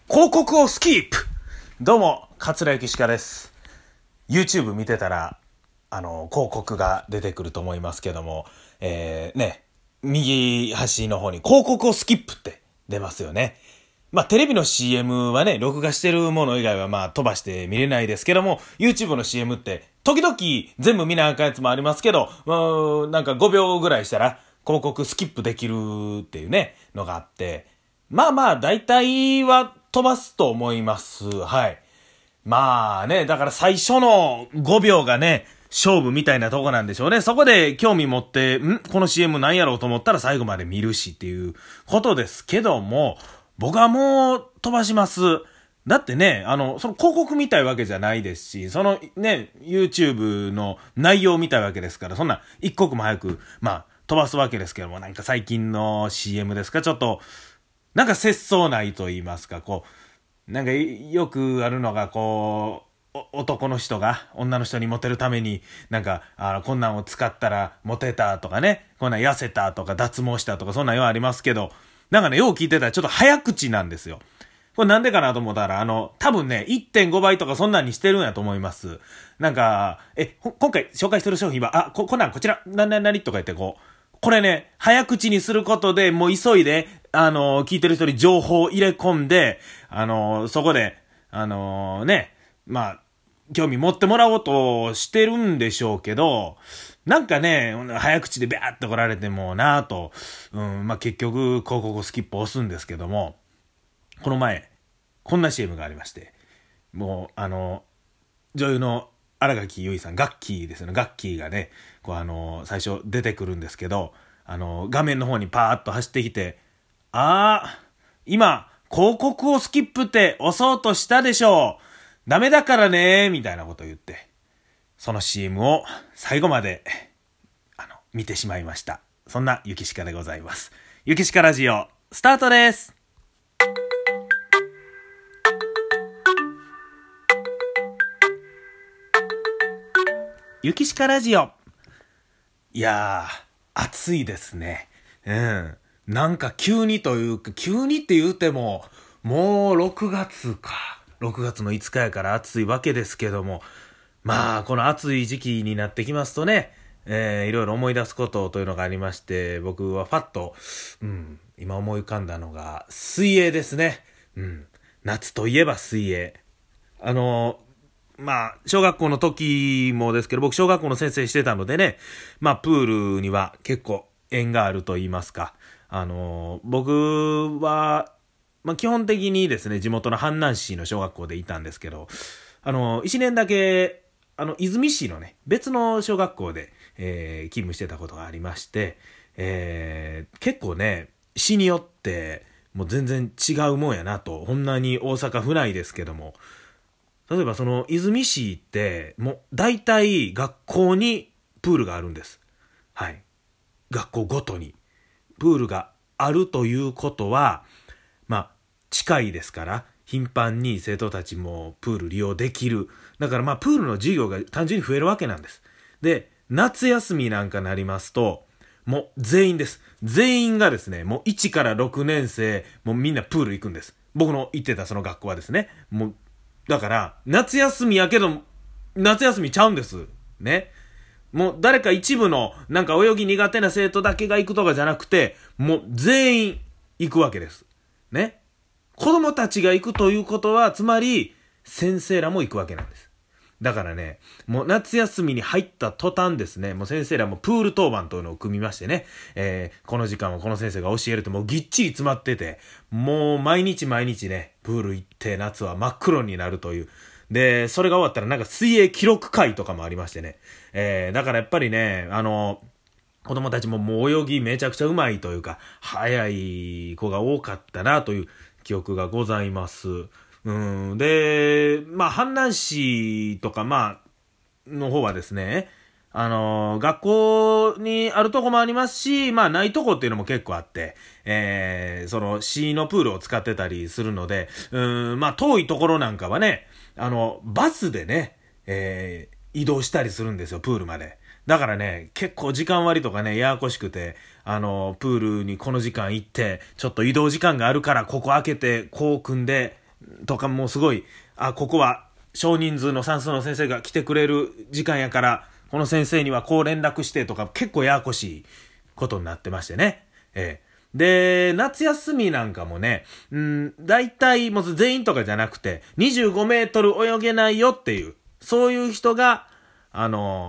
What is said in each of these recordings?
広告をスキップ。どうも桂幸鹿です。 YouTube 見てたら広告が出てくると思いますけども、右端の方に広告をスキップって出ますよね。テレビの CM はね、録画してるもの以外は飛ばして見れないですけども、 YouTube の CM って時々全部見なあかんやつもありますけど、なんか5秒ぐらいしたら広告スキップできるっていうねのがあって、大体は飛ばすと思います。はい。だから最初の5秒がね、勝負みたいなとこなんでしょうね。そこで興味持って、この CM なんやろうと思ったら最後まで見るしっていうことですけども、僕はもう飛ばします。だってね、その広告見たいわけじゃないですし、そのね、YouTube の内容見たいわけですから、そんな一刻も早く、飛ばすわけですけども、なんか最近の CM ですか、ちょっと、なんか節操ないと言いますか、なんかよくあるのが、男の人が女の人にモテるために、なんか、こんなんを使ったらモテたとかね、こんなん痩せたとか脱毛したとか、そんなんようありますけど、なんかね、よう聞いてたらちょっと早口なんですよ。これなんでかなと思ったら、多分ね、1.5 倍とかそんなんにしてるんやと思います。なんか、今回紹介する商品は、こちら、何とか言ってこれね、早口にすることで、もう急いで、聞いてる人に情報を入れ込んで、そこで、興味持ってもらおうとしてるんでしょうけど、なんかね、早口でビャーって来られてもなぁと、結局、広告スキップ押すんですけども、この前、こんな CM がありまして、もう、女優の新垣結衣さん、ガッキーですよね。ガッキーがね、最初出てくるんですけど、画面の方にパーッと走ってきて、今、広告をスキップって押そうとしたでしょう。ダメだからね、みたいなことを言って、その CM を最後まで、見てしまいました。そんなゆきしかでございます。ゆきしかラジオ、スタートです。ゆきしかラジオ。いやー、暑いですね。なんか急にというか、急にって言うても、もう6月か。6月の5日やから暑いわけですけども、この暑い時期になってきますとね、いろいろ思い出すことというのがありまして、僕はファッと、今思い浮かんだのが、水泳ですね。夏といえば水泳。小学校の時もですけど、僕小学校の先生してたのでね、プールには結構縁があると言いますか。僕は、基本的にですね、地元の阪南市の小学校でいたんですけど、1年だけ、和泉市のね、別の小学校で、勤務してたことがありまして、結構ね、市によって、もう全然違うもんやなと、こんなに大阪府内ですけども、例えばその和泉市ってもう大体学校にプールがあるんです。はい。学校ごとにプールがあるということは、近いですから頻繁に生徒たちもプール利用できる。だからプールの授業が単純に増えるわけなんです。で、夏休みなんかなりますと、もう全員です。全員がですね、もう1から6年生、もうみんなプール行くんです。僕の行ってたその学校はですね、もうだから、夏休みやけど、夏休みちゃうんです。ね。もう誰か一部の、なんか泳ぎ苦手な生徒だけが行くとかじゃなくて、もう全員行くわけです。ね。子供たちが行くということは、つまり、先生らも行くわけなんです。だからね、もう夏休みに入った途端ですね、もう先生らもプール当番というのを組みましてね、この時間はこの先生が教えるともうぎっちり詰まってて、もう毎日ね、プール行って夏は真っ黒になるという。で、それが終わったらなんか水泳記録会とかもありましてね、だからやっぱりね、子供たちももう泳ぎめちゃくちゃうまいというか、早い子が多かったなという記憶がございます。で、阪南市とか、の方はですね、学校にあるとこもありますし、ないとこっていうのも結構あって、その市のプールを使ってたりするので、遠いところなんかはね、バスでね、移動したりするんですよ、プールまで。だからね、結構時間割とかね、ややこしくて、プールにこの時間行って、ちょっと移動時間があるから、ここ開けて、こう組んで、 とかもすごい、ここは少人数の算数の先生が来てくれる時間やから、この先生にはこう連絡してとか、結構ややこしいことになってましてね。で、夏休みなんかもね、大体もう全員とかじゃなくて、25メートル泳げないよっていう、そういう人が、プ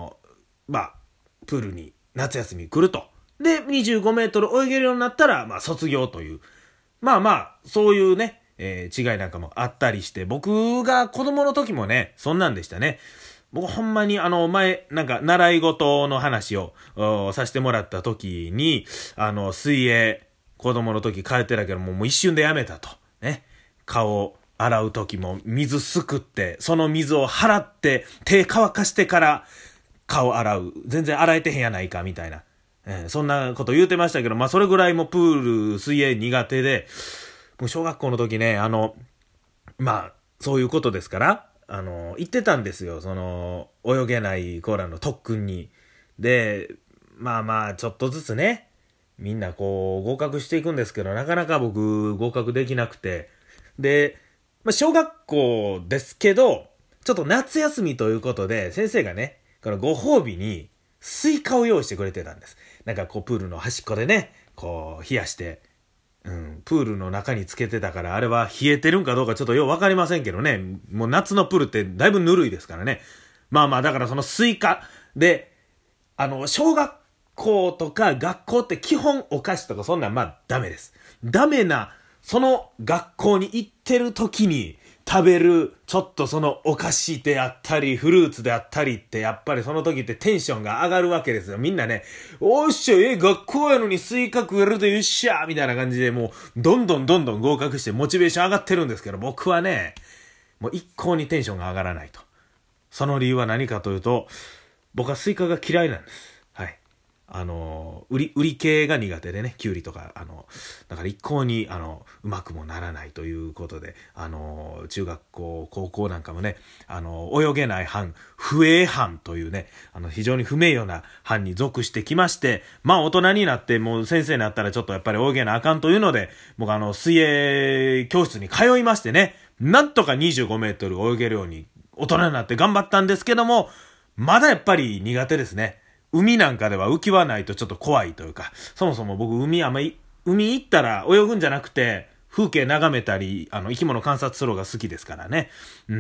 ールに夏休み来ると。で、25メートル泳げるようになったら、卒業という。そういうね、違いなんかもあったりして、僕が子供の時もね、そんなんでしたね。僕ほんまに前、習い事の話をさせてもらった時に、水泳、子供の時帰ってたけどもう一瞬でやめたと。ね。顔洗う時も水すくって、その水を払って、手乾かしてから顔洗う。全然洗えてへんやないか、みたいな。そんなこと言うてましたけど、それぐらいもプール、水泳苦手で、もう小学校の時ね、そういうことですから、行ってたんですよ。泳げない子らの特訓に。で、ちょっとずつね、みんな合格していくんですけど、なかなか僕合格できなくて。で、小学校ですけど、ちょっと夏休みということで、先生がね、このご褒美にスイカを用意してくれてたんです。プールの端っこでね、冷やして、プールの中につけてたから、あれは冷えてるんかどうかちょっとようわかりませんけどね。もう夏のプールってだいぶぬるいですからね。だからそのスイカで、小学校とか学校って基本お菓子とかそんなんダメです。ダメな、その学校に行ってる時に食べる、ちょっとそのお菓子であったり、フルーツであったりって、やっぱりその時ってテンションが上がるわけですよ。みんなね、おっしゃ、学校やのにスイカ食えるとよっしゃみたいな感じで、もう、どんどん合格してモチベーション上がってるんですけど、僕はね、もう一向にテンションが上がらないと。その理由は何かというと、僕はスイカが嫌いなんです。はい。売り系が苦手でね、キュウリとか、だから一向に、うまくもならないということで、中学校、高校なんかもね、泳げない班、不泳班というね、非常に不名誉な班に属してきまして、大人になって、もう先生になったらちょっとやっぱり泳げなあかんというので、僕水泳教室に通いましてね、なんとか25メートル泳げるように大人になって頑張ったんですけども、まだやっぱり苦手ですね。海なんかでは浮き輪ないとちょっと怖いというか、そもそも僕海行ったら泳ぐんじゃなくて、風景眺めたり、生き物観察するのが好きですからね。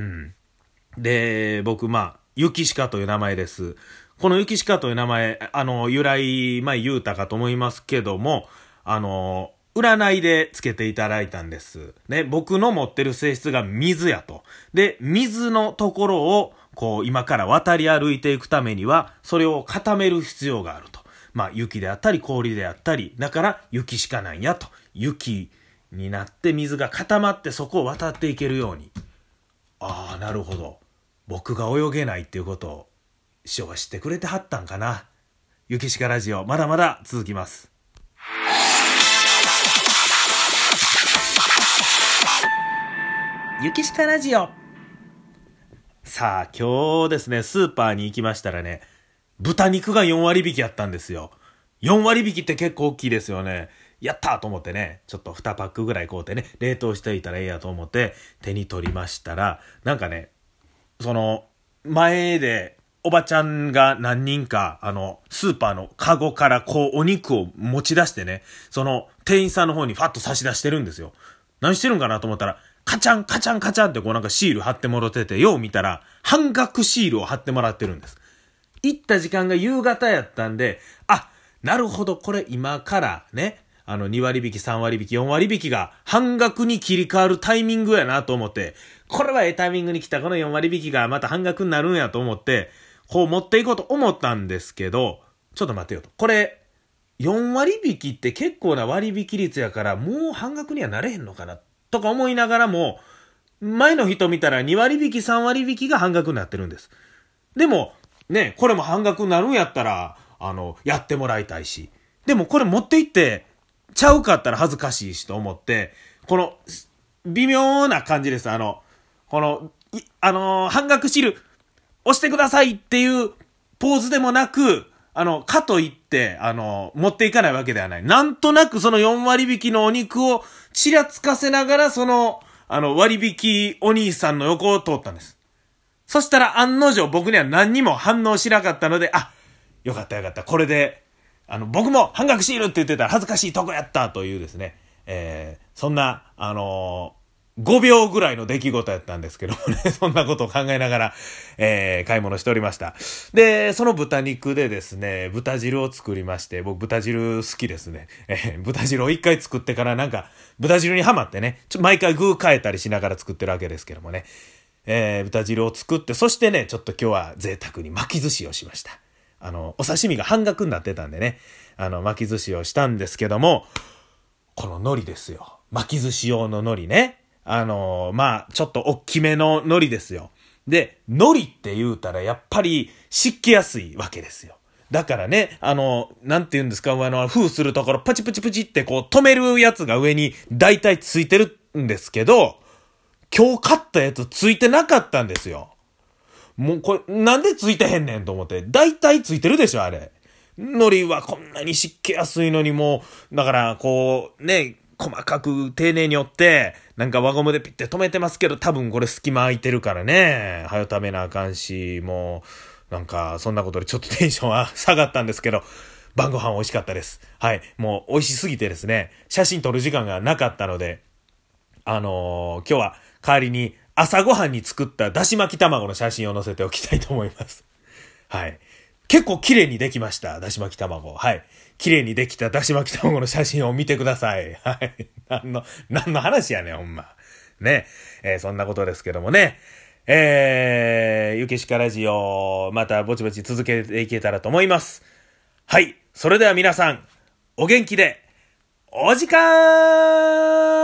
で、僕雪鹿という名前です。この雪鹿という名前、由来、言うたかと思いますけども、占いでつけていただいたんです。ね、僕の持ってる性質が水やと。で、水のところを、今から渡り歩いていくためには、それを固める必要があると。雪であったり氷であったり、だから雪しかないんやと。雪になって水が固まってそこを渡っていけるように。なるほど。僕が泳げないっていうことを師匠は知ってくれてはったんかな。雪しかラジオ、まだまだ続きます。雪しかラジオ。さあ、今日ですね、スーパーに行きましたらね、豚肉が4割引きあったんですよ。4割引きって結構大きいですよね。やったーと思ってね、ちょっと2パックぐらい買うてね、冷凍していたらええやと思って手に取りましたら、前でおばちゃんが何人か、スーパーのカゴからお肉を持ち出してね、その店員さんの方にファッと差し出してるんですよ。何してるんかなと思ったら、カチャンカチャンカチャンってシール貼ってもらってて、よう見たら半額シールを貼ってもらってるんです。行った時間が夕方やったんで、なるほど、これ今からね、2割引き、3割引き、4割引きが半額に切り替わるタイミングやなと思って、これはタイミングに来たこの4割引きがまた半額になるんやと思って、持っていこうと思ったんですけど、ちょっと待ってよと。これ、4割引きって結構な割引率やから、もう半額にはなれへんのかなとか思いながらも、前の人見たら2割引き3割引きが半額になってるんです。でも、ね、これも半額になるんやったら、やってもらいたいし。でもこれ持って行って、ちゃうかったら恥ずかしいしと思って、微妙な感じです。半額シール、押してくださいっていうポーズでもなく、かといって、持っていかないわけではない。なんとなくその4割引きのお肉をちらつかせながら、 割引お兄さんの横を通ったんです。そしたら案の定僕には何にも反応しなかったので、よかったよかった。これで、僕も半額シールって言ってたら恥ずかしいとこやったというですね、そんな、5秒ぐらいの出来事やったんですけどもね、そんなことを考えながら、買い物しておりました。で、その豚肉でですね、豚汁を作りまして、僕豚汁好きですね。豚汁を一回作ってからなんか、豚汁にハマってね、毎回具変えたりしながら作ってるわけですけどもね、豚汁を作って、そしてね、ちょっと今日は贅沢に巻き寿司をしました。お刺身が半額になってたんでね、巻き寿司をしたんですけども、この海苔ですよ。巻き寿司用の海苔ね。ちょっと大きめの海苔ですよ。で、海苔って言うたらやっぱり湿気やすいわけですよ。だからね、なんて言うんですか、封するところパチパチパチってこう止めるやつが上に大体ついてるんですけど、今日買ったやつついてなかったんですよ。もうこれ、なんでついてへんねんと思って。大体ついてるでしょ、あれ。海苔はこんなに湿気やすいのにもう、だからこう、ね、細かく丁寧に折って、なんか輪ゴムでピッて止めてますけど、多分これ隙間空いてるからね、はよためなあかんし、もう、なんかそんなことでちょっとテンションは下がったんですけど、晩ご飯美味しかったです。はい。もう美味しすぎてですね、写真撮る時間がなかったので、今日は代わりに朝ごはんに作っただし巻き卵の写真を載せておきたいと思います。はい。結構綺麗にできました。だし巻き卵。はい。綺麗にできただし巻き卵の写真を見てください。はい。何の話やねん、ほんま。ね。そんなことですけどもね。ゆけしかラジオ、またぼちぼち続けていけたらと思います。はい。それでは皆さん、お元気で、お時間